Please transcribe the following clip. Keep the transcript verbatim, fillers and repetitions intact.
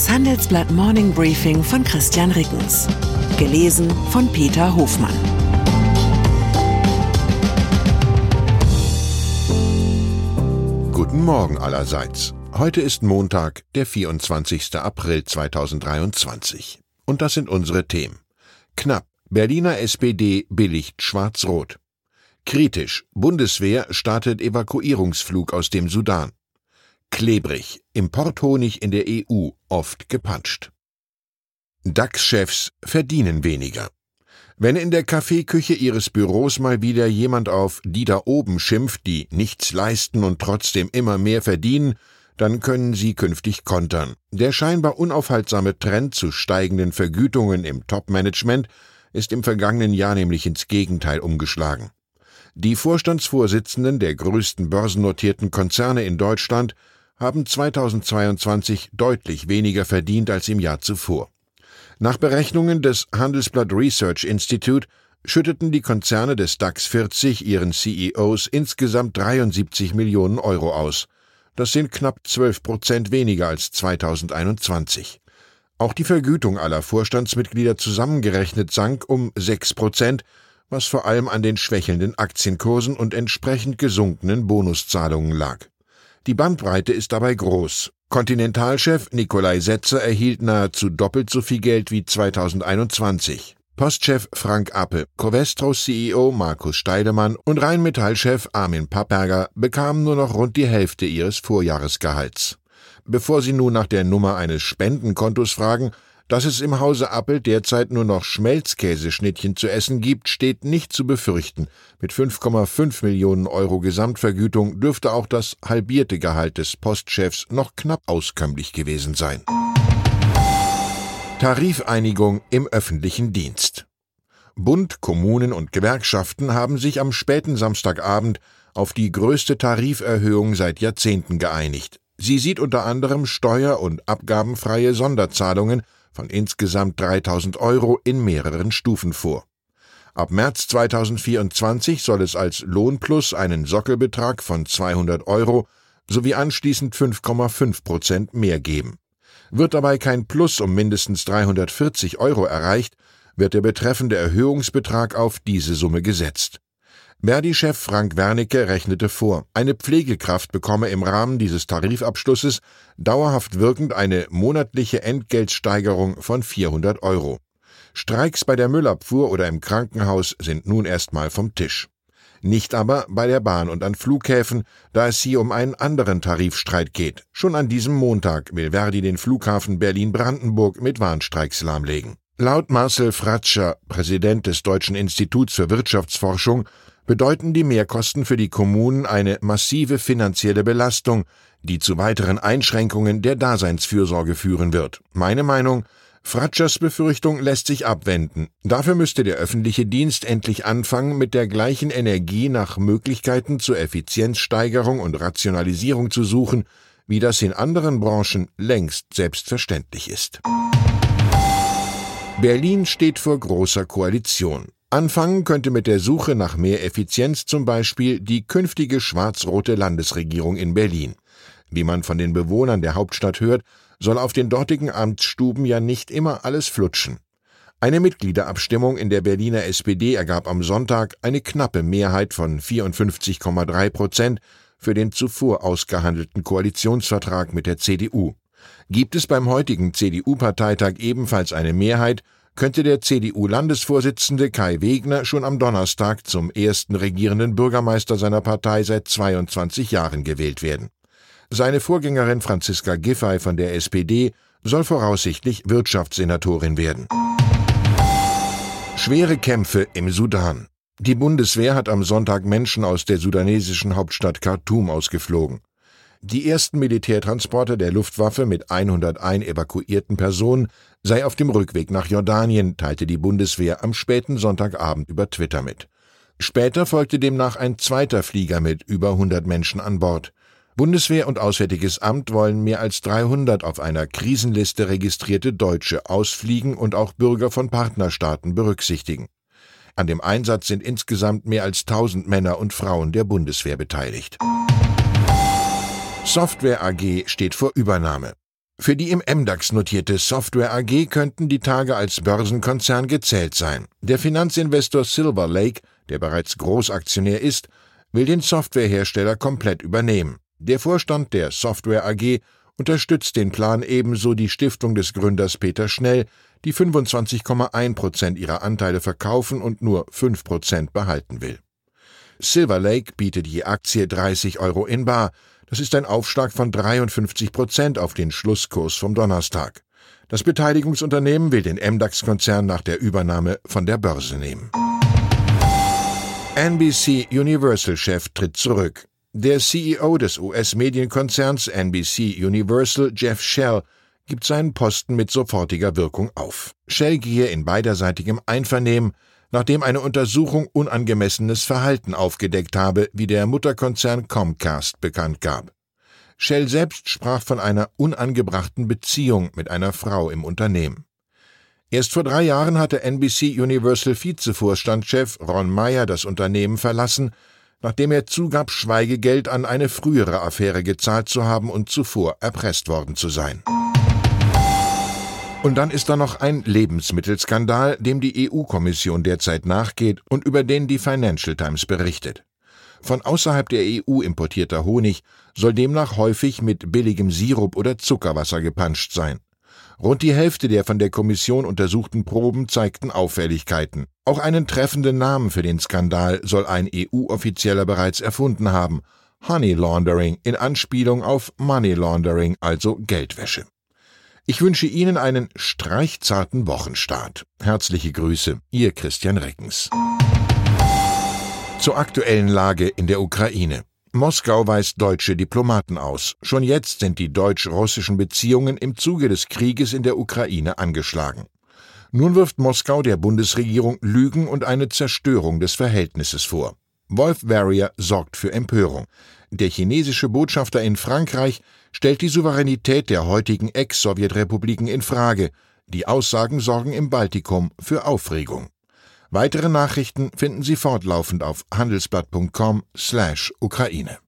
Handelsblatt Morning Briefing von Christian Rickens. Gelesen von Peter Hofmann. Guten Morgen allerseits. Heute ist Montag, der vierundzwanzigster April zweitausenddreiundzwanzig. Und das sind unsere Themen. Knapp. Berliner S P D billigt Schwarz-Rot. Kritisch. Bundeswehr startet Evakuierungsflug aus dem Sudan. Klebrig. Importhonig in der E U oft gepanscht. DAX-Chefs verdienen weniger. Wenn in der Kaffeeküche Ihres Büros mal wieder jemand auf die da oben schimpft, die nichts leisten und trotzdem immer mehr verdienen, dann können Sie künftig kontern. Der scheinbar unaufhaltsame Trend zu steigenden Vergütungen im Top-Management ist im vergangenen Jahr nämlich ins Gegenteil umgeschlagen. Die Vorstandsvorsitzenden der größten börsennotierten Konzerne in Deutschland haben zweitausendzweiundzwanzig deutlich weniger verdient als im Jahr zuvor. Nach Berechnungen des Handelsblatt Research Institute schütteten die Konzerne des DAX vierzig ihren C E Os insgesamt dreiundsiebzig Millionen Euro aus. Das sind knapp zwölf Prozent weniger als zweitausendeinundzwanzig. Auch die Vergütung aller Vorstandsmitglieder zusammengerechnet sank um sechs Prozent, was vor allem an den schwächelnden Aktienkursen und entsprechend gesunkenen Bonuszahlungen lag. Die Bandbreite ist dabei groß. Continental-Chef Nikolai Setzer erhielt nahezu doppelt so viel Geld wie zweitausendeinundzwanzig. Postchef Frank Appel, Covestros C E O Markus Steidemann und Rheinmetall-Chef Armin Papperger bekamen nur noch rund die Hälfte ihres Vorjahresgehalts. Bevor Sie nun nach der Nummer eines Spendenkontos fragen, dass es im Hause Appel derzeit nur noch Schmelzkäseschnittchen zu essen gibt, steht nicht zu befürchten. Mit fünf Komma fünf Millionen Euro Gesamtvergütung dürfte auch das halbierte Gehalt des Postchefs noch knapp auskömmlich gewesen sein. Tarifeinigung im öffentlichen Dienst. Bund, Kommunen und Gewerkschaften haben sich am späten Samstagabend auf die größte Tariferhöhung seit Jahrzehnten geeinigt. Sie sieht unter anderem steuer- und abgabenfreie Sonderzahlungen von insgesamt dreitausend Euro in mehreren Stufen vor. Ab März zweitausendvierundzwanzig soll es als Lohnplus einen Sockelbetrag von zweihundert Euro sowie anschließend fünf Komma fünf Prozent mehr geben. Wird dabei kein Plus um mindestens dreihundertvierzig Euro erreicht, wird der betreffende Erhöhungsbetrag auf diese Summe gesetzt. Verdi-Chef Frank Wernicke rechnete vor, eine Pflegekraft bekomme im Rahmen dieses Tarifabschlusses dauerhaft wirkend eine monatliche Entgeltsteigerung von vierhundert Euro. Streiks bei der Müllabfuhr oder im Krankenhaus sind nun erstmal vom Tisch. Nicht aber bei der Bahn und an Flughäfen, da es hier um einen anderen Tarifstreit geht. Schon an diesem Montag will Verdi den Flughafen Berlin-Brandenburg mit Warnstreiks lahmlegen. Laut Marcel Fratscher, Präsident des Deutschen Instituts für Wirtschaftsforschung, bedeuten die Mehrkosten für die Kommunen eine massive finanzielle Belastung, die zu weiteren Einschränkungen der Daseinsfürsorge führen wird. Meine Meinung: Fratschers Befürchtung lässt sich abwenden. Dafür müsste der öffentliche Dienst endlich anfangen, mit der gleichen Energie nach Möglichkeiten zur Effizienzsteigerung und Rationalisierung zu suchen, wie das in anderen Branchen längst selbstverständlich ist. Berlin steht vor großer Koalition. Anfangen könnte mit der Suche nach mehr Effizienz zum Beispiel die künftige schwarz-rote Landesregierung in Berlin. Wie man von den Bewohnern der Hauptstadt hört, soll auf den dortigen Amtsstuben ja nicht immer alles flutschen. Eine Mitgliederabstimmung in der Berliner S P D ergab am Sonntag eine knappe Mehrheit von vierundfünfzig Komma drei Prozent für den zuvor ausgehandelten Koalitionsvertrag mit der C D U. Gibt es beim heutigen C D U-Parteitag ebenfalls eine Mehrheit, könnte der C D U-Landesvorsitzende Kai Wegner schon am Donnerstag zum ersten regierenden Bürgermeister seiner Partei seit zweiundzwanzig Jahren gewählt werden. Seine Vorgängerin Franziska Giffey von der S P D soll voraussichtlich Wirtschaftssenatorin werden. Schwere Kämpfe im Sudan. Die Bundeswehr hat am Sonntag Menschen aus der sudanesischen Hauptstadt Khartoum ausgeflogen. Die ersten Militärtransporter der Luftwaffe mit hunderteins evakuierten Personen sei auf dem Rückweg nach Jordanien, teilte die Bundeswehr am späten Sonntagabend über Twitter mit. Später folgte demnach ein zweiter Flieger mit über hundert Menschen an Bord. Bundeswehr und Auswärtiges Amt wollen mehr als dreihundert auf einer Krisenliste registrierte Deutsche ausfliegen und auch Bürger von Partnerstaaten berücksichtigen. An dem Einsatz sind insgesamt mehr als tausend Männer und Frauen der Bundeswehr beteiligt. Software A G steht vor Übernahme. Für die im M DAX notierte Software A G könnten die Tage als Börsenkonzern gezählt sein. Der Finanzinvestor Silver Lake, der bereits Großaktionär ist, will den Softwarehersteller komplett übernehmen. Der Vorstand der Software A G unterstützt den Plan, ebenso die Stiftung des Gründers Peter Schnell, die fünfundzwanzig Komma eins Prozent ihrer Anteile verkaufen und nur fünf Prozent behalten will. Silver Lake bietet je Aktie dreißig Euro in bar. Das ist ein Aufschlag von dreiundfünfzig Prozent auf den Schlusskurs vom Donnerstag. Das Beteiligungsunternehmen will den M DAX-Konzern nach der Übernahme von der Börse nehmen. N B C Universal-Chef tritt zurück. Der C E O des U S-Medienkonzerns N B C Universal, Jeff Shell, gibt seinen Posten mit sofortiger Wirkung auf. Shell gehe in beiderseitigem Einvernehmen, nachdem eine Untersuchung unangemessenes Verhalten aufgedeckt habe, wie der Mutterkonzern Comcast bekannt gab. Shell selbst sprach von einer unangebrachten Beziehung mit einer Frau im Unternehmen. Erst vor drei Jahren hatte N B C Universal Vizevorstandschef Ron Meyer das Unternehmen verlassen, nachdem er zugab, Schweigegeld an eine frühere Affäre gezahlt zu haben und zuvor erpresst worden zu sein. Und dann ist da noch ein Lebensmittelskandal, dem die E U-Kommission derzeit nachgeht und über den die Financial Times berichtet. Von außerhalb der E U importierter Honig soll demnach häufig mit billigem Sirup oder Zuckerwasser gepanscht sein. Rund die Hälfte der von der Kommission untersuchten Proben zeigten Auffälligkeiten. Auch einen treffenden Namen für den Skandal soll ein E U-Offizieller bereits erfunden haben: Honey Laundering, in Anspielung auf Money Laundering, also Geldwäsche. Ich wünsche Ihnen einen streichzarten Wochenstart. Herzliche Grüße, Ihr Christian Reckens. Zur aktuellen Lage in der Ukraine. Moskau weist deutsche Diplomaten aus. Schon jetzt sind die deutsch-russischen Beziehungen im Zuge des Krieges in der Ukraine angeschlagen. Nun wirft Moskau der Bundesregierung Lügen und eine Zerstörung des Verhältnisses vor. Wolf Warrior sorgt für Empörung. Der chinesische Botschafter in Frankreich stellt die Souveränität der heutigen Ex-Sowjetrepubliken in Frage. Die Aussagen sorgen im Baltikum für Aufregung. Weitere Nachrichten finden Sie fortlaufend auf handelsblatt punkt com slash Ukraine.